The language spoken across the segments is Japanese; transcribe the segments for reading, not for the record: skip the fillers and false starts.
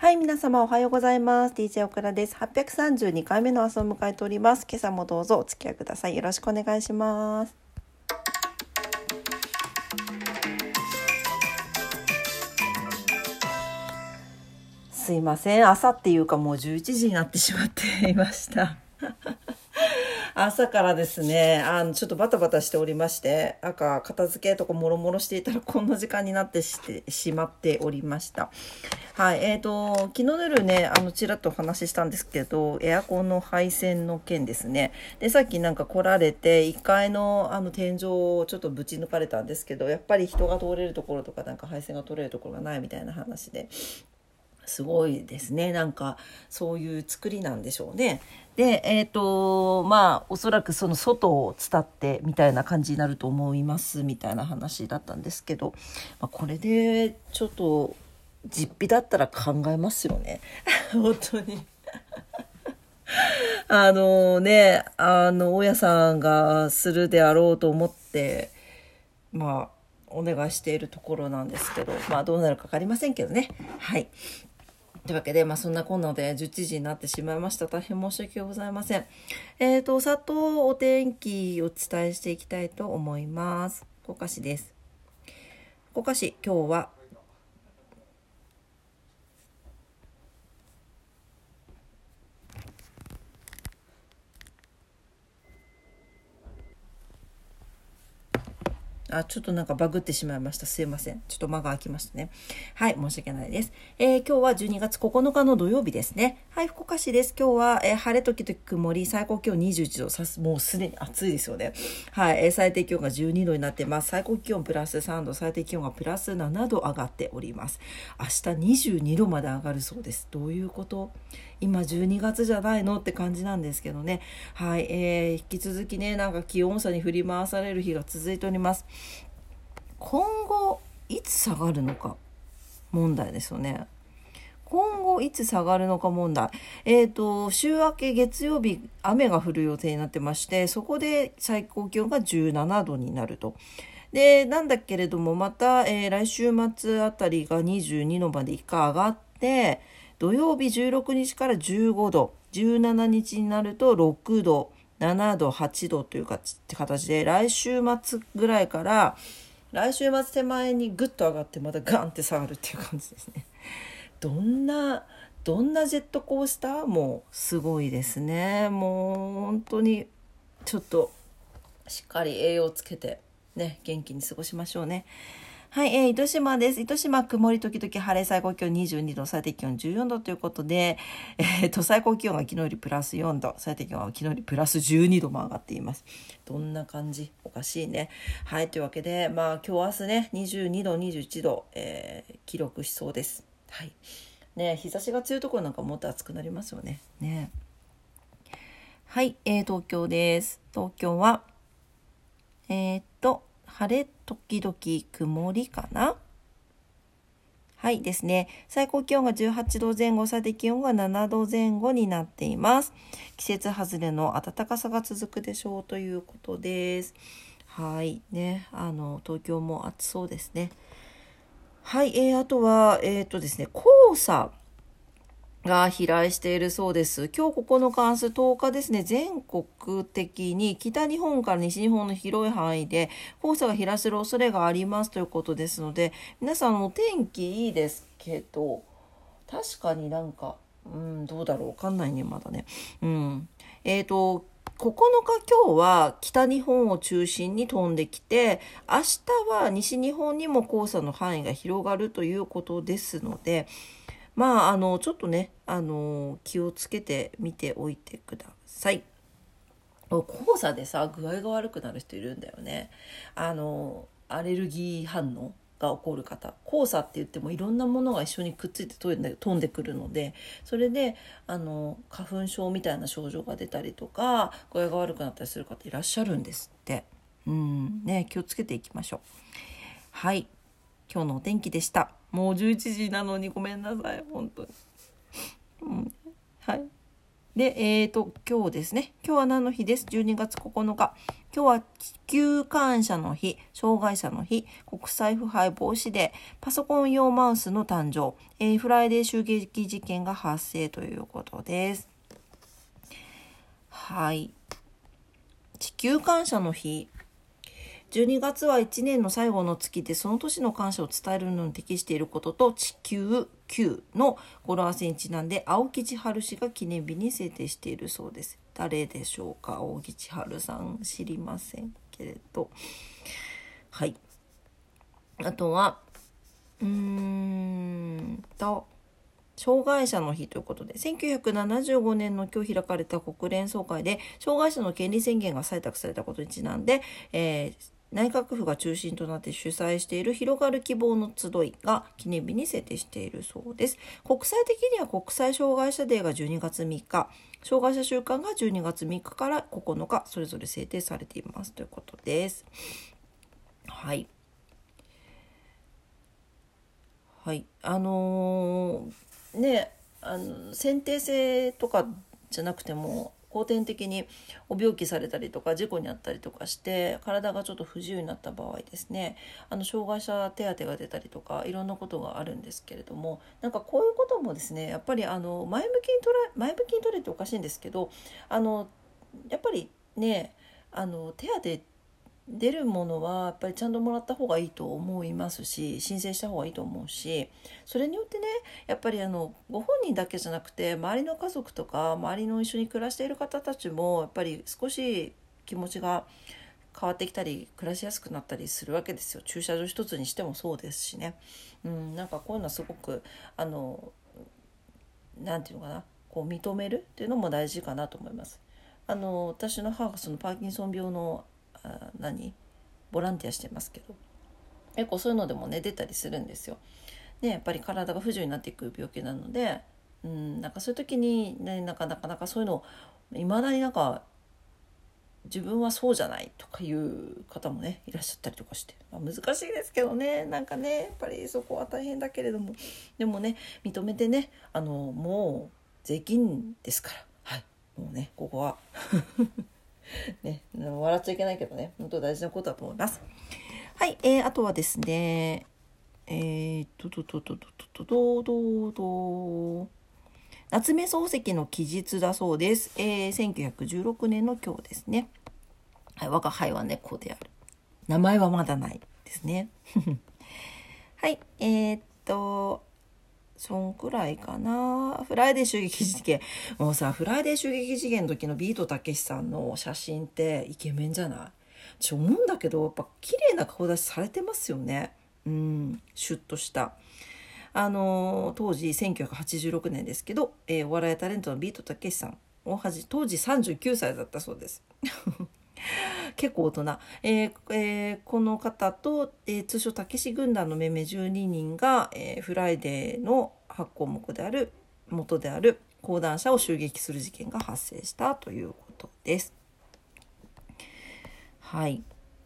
はい、皆様おはようございます。DJ オクラです。832回目の朝を迎えております。今朝もどうぞお付き合いください。よろしくお願いします。すいません。朝っていうかもう11時になってしまっていました。朝からですね、ちょっとバタバタしておりまして、片付けとかもろもろしていたらこんな時間になってしまっておりました。はい、昨日の夜ね、ちらっとお話ししたんですけど、エアコンの配線の件ですね。で、さっきなんか来られて、1階の天井をちょっとぶち抜かれたんですけど、やっぱり人が通れるところとか、なんか配線が取れるところがないみたいな話で、すごいですね。なんかそういう作りなんでしょうね。で、おそらくその外を伝ってみたいな感じになると思いますみたいな話だったんですけど、これでちょっと実費だったら考えますよね。本当に。大家さんがするであろうと思って、お願いしているところなんですけど、どうなるか分かりませんけどね。はい。というわけで、そんなこんなで11時になってしまいました。大変申し訳ございません。さっとお天気をお伝えしていきたいと思います。福岡市です。福岡市、今日はちょっとなんかバグってしまいました。すいません。ちょっと間が空きましたね。はい、申し訳ないです。今日は12月9日の土曜日ですね。はい、福岡市です。今日は、晴れ時々曇り、最高気温21度、もうすでに暑いですよね。はい、最低気温が12度になってます。最高気温プラス3度、最低気温がプラス7度上がっております。明日22度まで上がるそうです。どういうこと？今12月じゃないのって感じなんですけどね。はい、引き続きね、なんか気温差に振り回される日が続いております。今後いつ下がるのか問題ですよね。今後いつ下がるのか問題。週明け月曜日雨が降る予定になってまして、そこで最高気温が17度になると。で、なんだけれども、また、来週末あたりが22度まで一回上がって、土曜日16日から15度、17日になると6度、7度、8度という形で、来週末ぐらいから、来週末手前にグッと上がってまたガンって下がるっていう感じですね。どんなジェットコースターもすごいですね。もう本当にちょっとしっかり栄養つけてね、元気に過ごしましょうね。はい、糸島です。糸島曇り時々晴れ、最高気温22度、最低気温14度ということで、最高気温が昨日よりプラス4度、最低気温は昨日よりプラス12度も上がっています。どんな感じ？おかしいね。はい、というわけで、今日明日ね、22度、21度、記録しそうです。はい。ね、日差しが強いところなんかもっと暑くなりますよね。ね。はい、東京です。東京は、晴れ時々曇りかな。はいですね。最高気温が18度前後、最低気温が7度前後になっています。季節外れの暖かさが続くでしょうということです。はいね、東京も暑そうですね。はい、あとはですね、黄砂が飛来しているそうです。今日9日、明日10日ですね、全国的に北日本から西日本の広い範囲で黄砂が飛来する恐れがありますということですので、皆さんお天気いいですけど、確かになんか、どうだろう、わかんないね、まだね。9日今日は北日本を中心に飛んできて、明日は西日本にも黄砂の範囲が広がるということですので、ちょっとね、気をつけてみておいてください。黄砂でさ、具合が悪くなる人いるんだよね。アレルギー反応が起こる方。黄砂って言ってもいろんなものが一緒にくっついて飛んでくるので、それで、花粉症みたいな症状が出たりとか、具合が悪くなったりする方いらっしゃるんですって。ね、気をつけていきましょう。はい。今日のお天気でした。もう11時なのにごめんなさい、本当に。はい。 で、今日ですね。今日は何の日です？ 12 月9日。今日は地球感謝の日、障害者の日、国際腐敗防止デー、パソコン用マウスの誕生、フライデー襲撃事件が発生ということです。はい。地球感謝の日。12月は1年の最後の月で、その年の感謝を伝えるのに適していることと、地球9の語呂合わせにちなんで、青木千春氏が記念日に制定しているそうです。誰でしょうか？青木千春さん、知りませんけれど。はい。あとは、障害者の日ということで、1975年の今日開かれた国連総会で、障害者の権利宣言が採択されたことにちなんで、内閣府が中心となって主催している広がる希望の集いが記念日に制定しているそうです。国際的には国際障害者デーが12月3日、障害者週間が12月3日から9日、それぞれ制定されていますということです。はい。はい。先天性とかじゃなくても、後天的にお病気されたりとか事故にあったりとかして体がちょっと不自由になった場合ですね、障害者手当が出たりとかいろんなことがあるんですけれども、なんかこういうこともですね、やっぱり前向きに取れっておかしいんですけど、やっぱりね、手当出るものはやっぱりちゃんともらった方がいいと思いますし、申請した方がいいと思うし、それによってね、やっぱりご本人だけじゃなくて周りの家族とか周りの一緒に暮らしている方たちもやっぱり少し気持ちが変わってきたり暮らしやすくなったりするわけですよ。駐車場一つにしてもそうですしね。なんかこういうのはすごくなんていうのかな、こう認めるっていうのも大事かなと思います。私の母がそのパーキンソン病のボランティアしてますけど、結構そういうのでもね出たりするんですよ。でやっぱり体が不自由になっていく病気なので、なんかそういう時に、ね、なかなかそういうのをいまだになんか自分はそうじゃないとかいう方もねいらっしゃったりとかして、難しいですけどね、なんかねやっぱりそこは大変だけれども、でもね認めてね、もう税金ですから、はい、もうねここはね、笑っちゃいけないけどね、本当大事なことだと思います。はい、あとはですね、夏目漱石の記述だそうです。1916年の今日ですね。はい、我が輩は猫である。名前はまだないですね。はい、そんくらいかな。フライデー襲撃事件。もうさ、フライデー襲撃事件の時のビートたけしさんの写真ってイケメンじゃない？思うんだけど、やっぱ綺麗な顔出しされてますよね。シュッとした。当時1986年ですけど、お笑いタレントのビートたけしさん、当時39歳だったそうです。結構大人、この方と、通称たけし軍団のめめ12人が、フライデーの発行元である講談社を襲撃する事件が発生したということです。はい。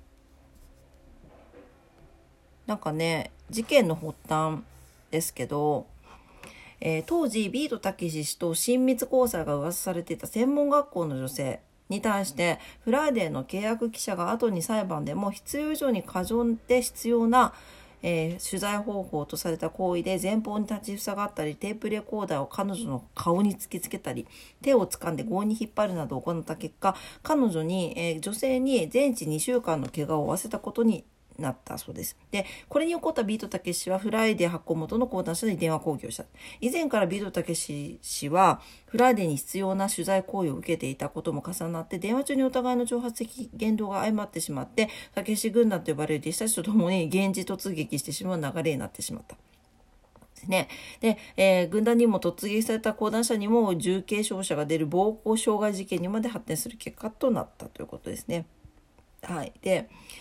なんかね、事件の発端ですけど、当時ビートたけし氏と親密交際が噂されていた専門学校の女性に対してフライデーの契約記者が後に裁判でも必要以上に過剰で必要な、取材方法とされた行為で前方に立ちふさがったりテープレコーダーを彼女の顔に突きつけたり手を掴んで強に引っ張るなどを行った結果、彼女に、女性に全治2週間の怪我を負わせたことになったそうです。で、これに起こったビートたけしはフライデー発行元の講談社に電話抗議をした。以前からビートたけし氏はフライデーに必要な取材行為を受けていたことも重なって電話中にお互いの挑発的言動が相まってしまってたけし軍団と呼ばれる弟子たちとともに現地突撃してしまう流れになってしまった。ね、で、軍団にも突撃された講談社にも重軽傷者が出る暴行傷害事件にまで発展する結果となったということですね。はい。で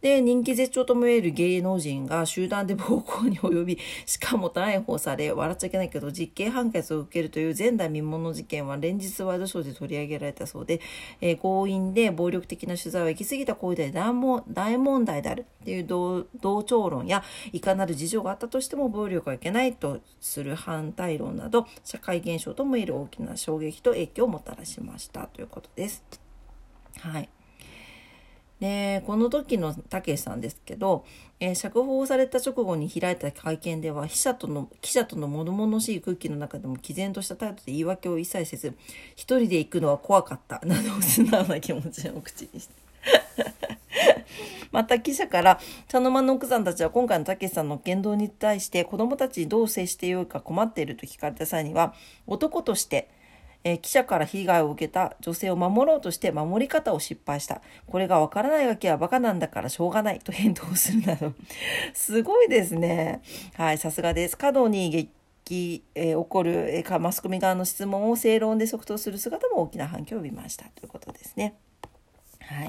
で、人気絶頂ともいえる芸能人が集団で暴行に及び、しかも逮捕され、笑っちゃいけないけど、実刑判決を受けるという前代未聞の事件は連日ワイドショーで取り上げられたそうで、強引で暴力的な取材は行き過ぎた行為で大問題であるっていう同調論や、いかなる事情があったとしても暴力はいけないとする反対論など、社会現象ともいえる大きな衝撃と影響をもたらしましたということです。はい。で、この時のたけしさんですけど、釈放された直後に開いた会見では記者との物々しい空気の中でも毅然とした態度で言い訳を一切せず、一人で行くのは怖かったなど素直な気持ちを口にしてまた記者から茶の間の奥さんたちは今回のたけしさんの言動に対して子どもたちにどう接してよいか困っていると聞かれた際には、男として記者から被害を受けた女性を守ろうとして守り方を失敗した。これがわからないわけはバカなんだからしょうがないと返答するなどすごいですね。はい、さすがです。過度に起こるマスコミ側の質問を正論で即答する姿も大きな反響を呼びましたということですね。はい。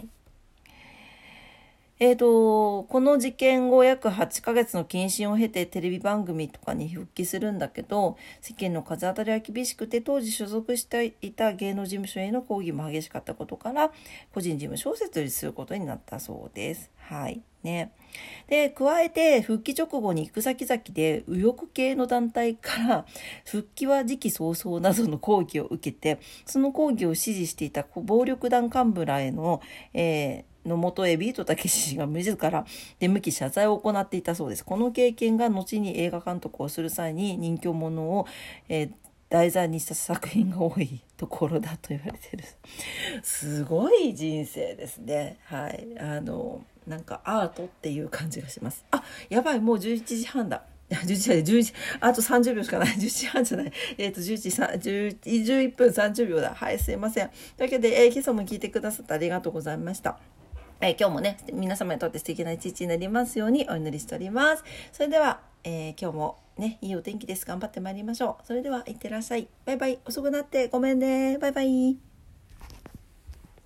この事件後約8ヶ月の謹慎を経てテレビ番組とかに復帰するんだけど、世間の風当たりは厳しくて、当時所属していた芸能事務所への抗議も激しかったことから、個人事務所を設立することになったそうです。はいね。で、加えて復帰直後に行く先々で右翼系の団体から復帰は時期尚早などの抗議を受けて、その抗議を支持していた暴力団幹部らへの元へビートたけし氏が自ら出向き謝罪を行っていたそうです。この経験が後に映画監督をする際に人気者を、題材にした作品が多いところだと言われている。すごい人生ですね。はい。なんかアートっていう感じがします。あ、やばい、もう11時半だ。11あと30秒しかない。11時半じゃない。11分30秒だ。はい、すいません。というわけで、今朝も聞いてくださってありがとうございました。今日もね、皆様にとって素敵な一日になりますようにお祈りしております。それでは、今日もね、いいお天気です。頑張ってまいりましょう。それでは、いってらっしゃい。バイバイ。遅くなってごめんね。バイバイ。